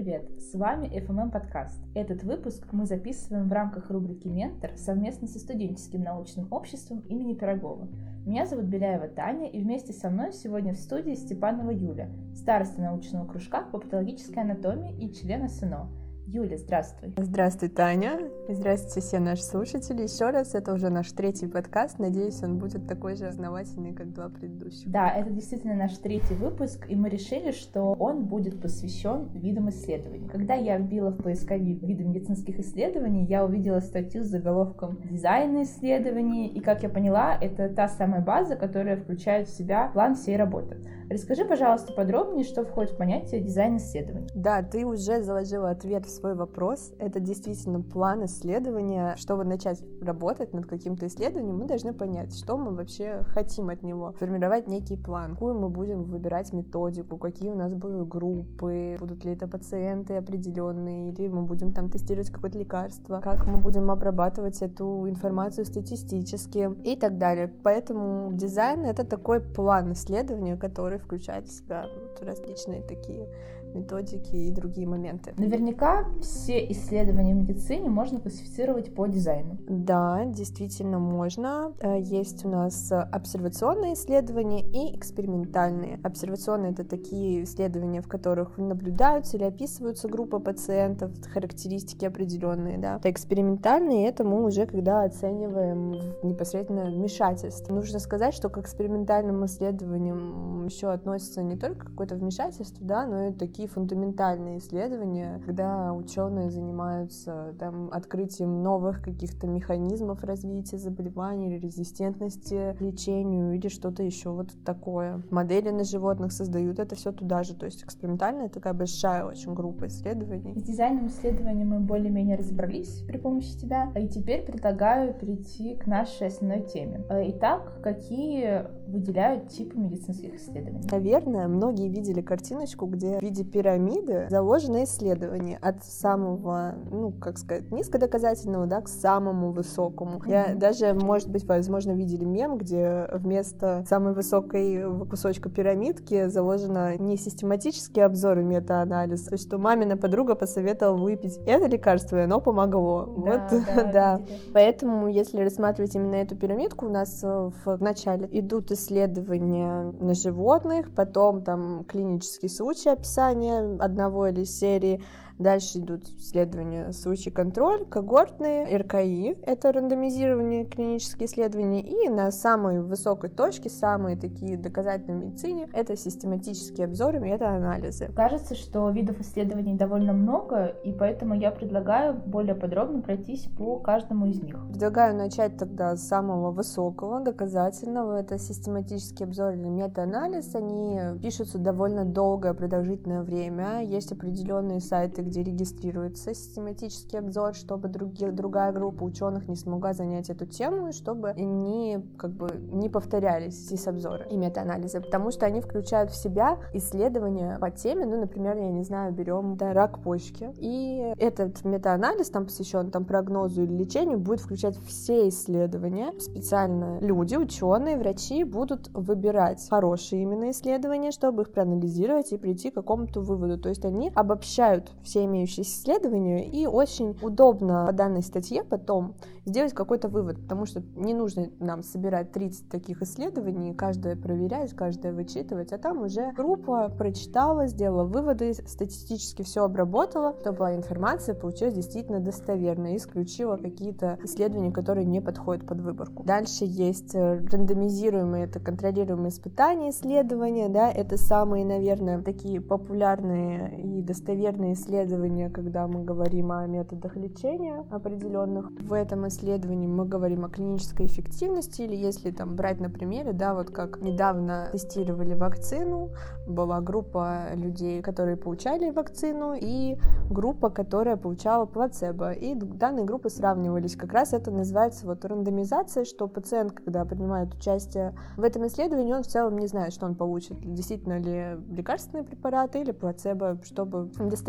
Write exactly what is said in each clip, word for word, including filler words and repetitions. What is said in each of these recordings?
привет! С вами эф эм эм подкаст. Этот выпуск мы записываем в рамках рубрики «Ментор» совместно со студенческим научным обществом имени Пирогова. Меня зовут Беляева Таня, и вместе со мной сегодня в студии Степанова Юля, староста научного кружка по патологической анатомии и член эс эн о. Юля, здравствуй. Здравствуй, Таня. И здравствуйте все наши слушатели. Еще раз, это уже наш третий подкаст. Надеюсь, он будет такой же основательный, как два предыдущих. Да, это действительно наш третий выпуск, и мы решили, что он будет посвящен видам исследований. Когда я вбила в поисковик виды медицинских исследований, я увидела статью с заголовком «Дизайн исследований», и, как я поняла, это та самая база, которая включает в себя план всей работы. Расскажи, пожалуйста, подробнее, что входит в понятие дизайн исследований. Да, ты уже заложила ответ в свой вопрос. Это действительно план исследования. Чтобы начать работать над каким-то исследованием, мы должны понять, что мы вообще хотим от него. Формировать некий план. Какую мы будем выбирать методику, какие у нас будут группы, будут ли это пациенты определенные, или мы будем там тестировать какое-то лекарство, как мы будем обрабатывать эту информацию статистически и так далее. Поэтому дизайн — это такой план исследования, который включает в себя вот различные такие методики и другие моменты. Наверняка все исследования в медицине можно классифицировать по дизайну. Да, действительно можно. Есть у нас обсервационные исследования и экспериментальные. Обсервационные — это такие исследования, в которых наблюдаются или описываются группа пациентов, характеристики определенные, да. А экспериментальные — это мы уже когда оцениваем непосредственно вмешательство. Нужно сказать, что к экспериментальным исследованиям еще относится не только какое-то вмешательство, да, но и такие фундаментальные исследования, когда ученые занимаются там открытием новых каких-то механизмов развития заболеваний или резистентности к лечению или что-то еще вот такое. Модели на животных создают это все туда же, то есть экспериментальная такая большая очень группа исследований. С дизайном исследований мы более-менее разобрались при помощи тебя, и теперь предлагаю перейти к нашей основной теме. Итак, какие выделяют типы медицинских исследований? Наверное, многие видели картиночку, где в виде пирамиды заложено исследование от самого, ну, как сказать, низкодоказательного, да, к самому высокому. Mm-hmm. Я даже, может быть, возможно, видели мем, где вместо самой высокой кусочка пирамидки заложено не систематический обзор и мета-анализ, то есть что мамина подруга посоветовала выпить это лекарство, и оно помогло. Да, вот, да, да. Поэтому, если рассматривать именно эту пирамидку, у нас в начале идут исследования на животных, потом там клинические случаи, описания одного или серии. Дальше идут исследования случай-контроль, когортные, эр ка и, это рандомизирование клинические исследования, и на самой высокой точке, самые такие доказательные в медицине, это систематические обзоры, мета-анализы. Кажется, что видов исследований довольно много, и поэтому я предлагаю более подробно пройтись по каждому из них. Предлагаю начать тогда с самого высокого, доказательного, это систематический обзор или мета-анализ. Они пишутся довольно долгое, продолжительное время, есть определенные сайты, где регистрируется систематический обзор, чтобы другие, другая группа ученых не смогла занять эту тему, и чтобы они как бы не повторялись здесь обзоры и мета-анализы, потому что они включают в себя исследования по теме, ну, например, я не знаю, берем да, рак почки, и этот мета-анализ, там посвящен там прогнозу или лечению, будет включать все исследования. Специально люди, ученые, врачи будут выбирать хорошие именно исследования, чтобы их проанализировать и прийти к какому-то выводу, то есть они обобщают все имеющиеся исследования, и очень удобно по данной статье потом сделать какой-то вывод, потому что не нужно нам собирать тридцать таких исследований, каждое проверять, каждое вычитывать, а там уже группа прочитала, сделала выводы, статистически все обработала, чтобы информация получилась действительно достоверной, исключила какие-то исследования, которые не подходят под выборку. Дальше есть рандомизируемые, это контролируемые испытания, исследования, да, это самые, наверное, такие популярные и достоверные исследования, когда мы говорим о методах лечения определенных. В этом исследовании мы говорим о клинической эффективности, или если там брать на примере, да, вот как недавно тестировали вакцину, была группа людей, которые получали вакцину, и группа, которая получала плацебо, и данные группы сравнивались. Как раз это называется вот рандомизация, что пациент, когда принимает участие в этом исследовании, он в целом не знает, что он получит, действительно ли лекарственные препараты или плацебо, чтобы достоверно получить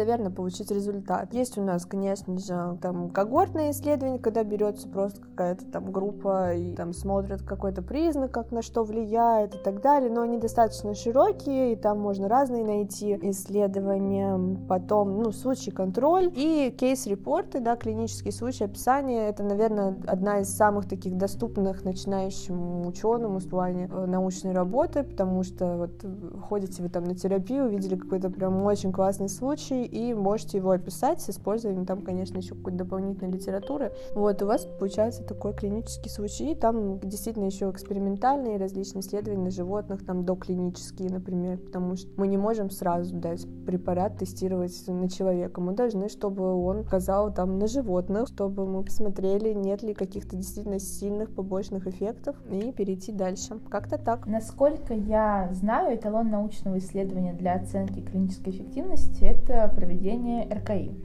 получить результат. Есть у нас, конечно же, там когортные исследования, когда берется просто какая-то там группа и там смотрят какой-то признак, как на что влияет и так далее, но они достаточно широкие, и там можно разные найти исследования. Потом, ну, случай-контроль и кейс-репорты, да, клинические случаи, описания. Это, наверное, одна из самых таких доступных начинающему ученому в плане научной работы, потому что вот ходите вы там на терапию, увидели какой-то прям очень классный случай и можете его описать с использованием там, конечно, еще какой-то дополнительной литературы. Вот, у вас получается такой клинический случай, и там действительно еще экспериментальные различные исследования на животных, там доклинические, например, потому что мы не можем сразу дать препарат тестировать на человека. Мы должны, чтобы он показал там на животных, чтобы мы посмотрели, нет ли каких-то действительно сильных побочных эффектов, и перейти дальше. Как-то так. Насколько я знаю, эталон научного исследования для оценки клинической эффективности — это проведение эр ка и.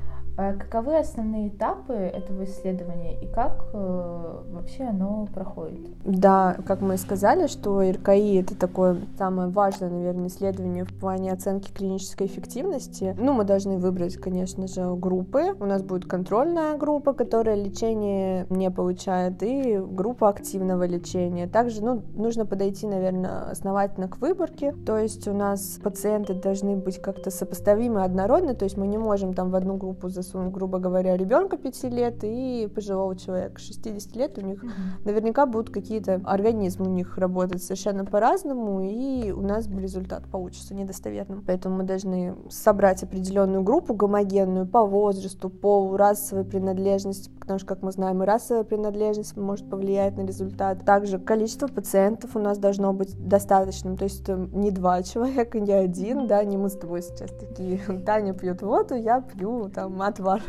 Каковы основные этапы этого исследования и как э, вообще оно проходит? Да, как мы и сказали, что эр ка и — это такое самое важное, наверное, исследование в плане оценки клинической эффективности. Ну, мы должны выбрать, конечно же, группы. У нас будет контрольная группа, которая лечение не получает, и группа активного лечения. Также, ну, нужно подойти, наверное, основательно к выборке. То есть у нас пациенты должны быть как-то сопоставимы, однородны, то есть мы не можем там в одну группу засунуть, грубо говоря, ребенка пяти лет и пожилого человека шестидесяти лет. У них mm-hmm. наверняка будут какие-то организмы у них работать совершенно по-разному, и у нас результат получится недостоверным. Поэтому мы должны собрать определенную группу гомогенную по возрасту, по расовой принадлежности, потому что, как мы знаем, и расовая принадлежность может повлиять на результат. Также количество пациентов у нас должно быть достаточным, то есть не два человека, не один, да, не мы с тобой сейчас такие, Таня пьет воду, я пью там отвар.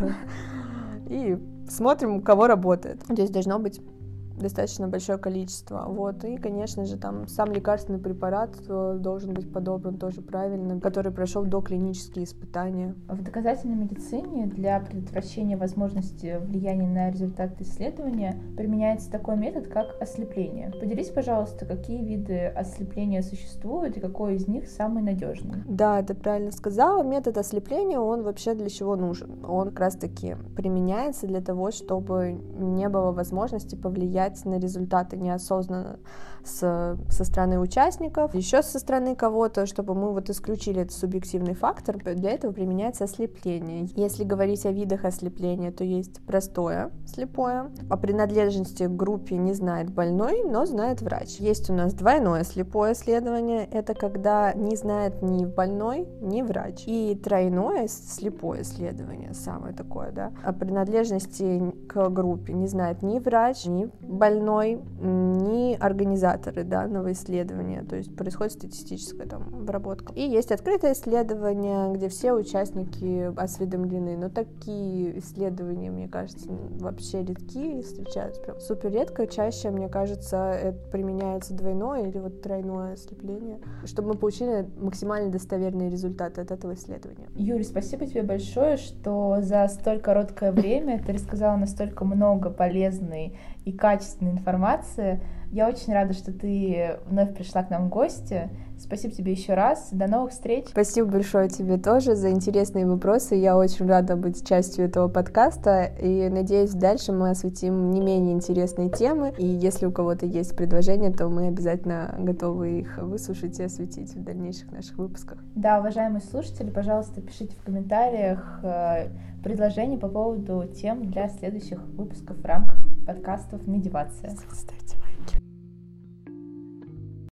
И смотрим, у кого работает. То есть должно быть достаточно большое количество. Вот. И, конечно же, там сам лекарственный препарат должен быть подобран тоже правильно, который прошел доклинические испытания. В доказательной медицине для предотвращения возможности влияния на результаты исследования применяется такой метод, как ослепление. Поделись, пожалуйста, какие виды ослепления существуют и какой из них самый надежный? Да, ты правильно сказала. Метод ослепления, он вообще для чего нужен? Он как раз-таки применяется для того, чтобы не было возможности повлиять на результаты неосознанно с, со стороны участников, еще со стороны кого-то, чтобы мы вот исключили этот субъективный фактор. Для этого применяется ослепление. Если говорить о видах ослепления, то есть простое слепое. О принадлежности к группе не знает больной, но знает врач. Есть у нас двойное слепое исследование. Это когда не знает ни больной, ни врач. И тройное слепое исследование, самое такое, да. О принадлежности к группе не знает ни врач, ни больной, ни организаторы данного исследования, то есть происходит статистическая там обработка. И есть открытое исследование, где все участники осведомлены, но такие исследования, мне кажется, вообще редки, встречаются прям супер редко. Чаще, мне кажется, это применяется двойное или вот тройное ослепление, чтобы мы получили максимально достоверные результаты от этого исследования. Юль, спасибо тебе большое, что за столь короткое время ты рассказала настолько много полезной и качественной информации. Я очень рада, что ты вновь пришла к нам в гости. Спасибо тебе еще раз. До новых встреч. Спасибо большое тебе тоже за интересные вопросы. Я очень рада быть частью этого подкаста. И надеюсь, дальше мы осветим не менее интересные темы. И если у кого-то есть предложения, то мы обязательно готовы их выслушать и осветить в дальнейших наших выпусках. Да, уважаемые слушатели, пожалуйста, пишите в комментариях предложения по поводу тем для следующих выпусков в рамках подкастов «Медивация». Ставьте.